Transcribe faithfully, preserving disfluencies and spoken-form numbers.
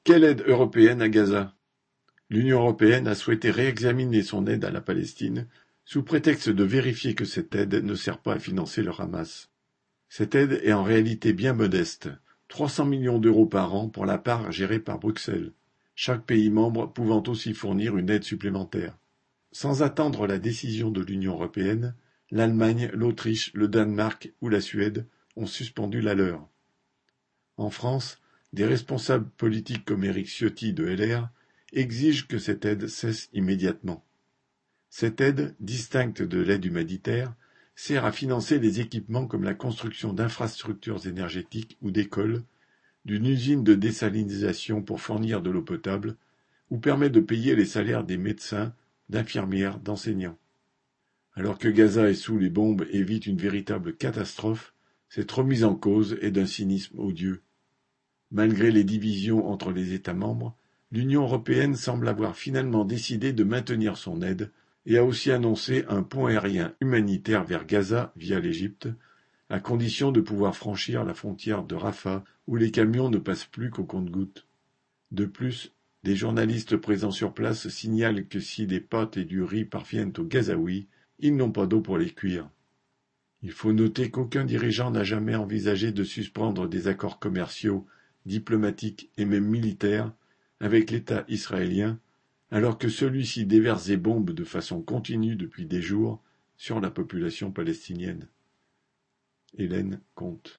Quelle aide européenne à Gaza? L'Union européenne a souhaité réexaminer son aide à la Palestine sous prétexte de vérifier que cette aide ne sert pas à financer le Hamas. Cette aide est en réalité bien modeste, trois cents millions d'euros par an pour la part gérée par Bruxelles, chaque pays membre pouvant aussi fournir une aide supplémentaire. Sans attendre la décision de l'Union européenne, l'Allemagne, l'Autriche, le Danemark ou la Suède ont suspendu la leur. En France, des responsables politiques comme Éric Ciotti de L R exigent que cette aide cesse immédiatement. Cette aide, distincte de l'aide humanitaire, sert à financer les équipements comme la construction d'infrastructures énergétiques ou d'écoles, d'une usine de désalinisation pour fournir de l'eau potable, ou permet de payer les salaires des médecins, d'infirmières, d'enseignants. Alors que Gaza est sous les bombes et vit une véritable catastrophe, cette remise en cause est d'un cynisme odieux. Malgré les divisions entre les États membres, l'Union européenne semble avoir finalement décidé de maintenir son aide et a aussi annoncé un pont aérien humanitaire vers Gaza via l'Égypte, à condition de pouvoir franchir la frontière de Rafah où les camions ne passent plus qu'au compte-gouttes. De plus, des journalistes présents sur place signalent que si des pâtes et du riz parviennent aux Gazaouis, ils n'ont pas d'eau pour les cuire. Il faut noter qu'aucun dirigeant n'a jamais envisagé de suspendre des accords commerciaux, diplomatiques et même militaires avec l'État israélien, alors que celui-ci déverse des bombes de façon continue depuis des jours sur la population palestinienne. Hélène Comte.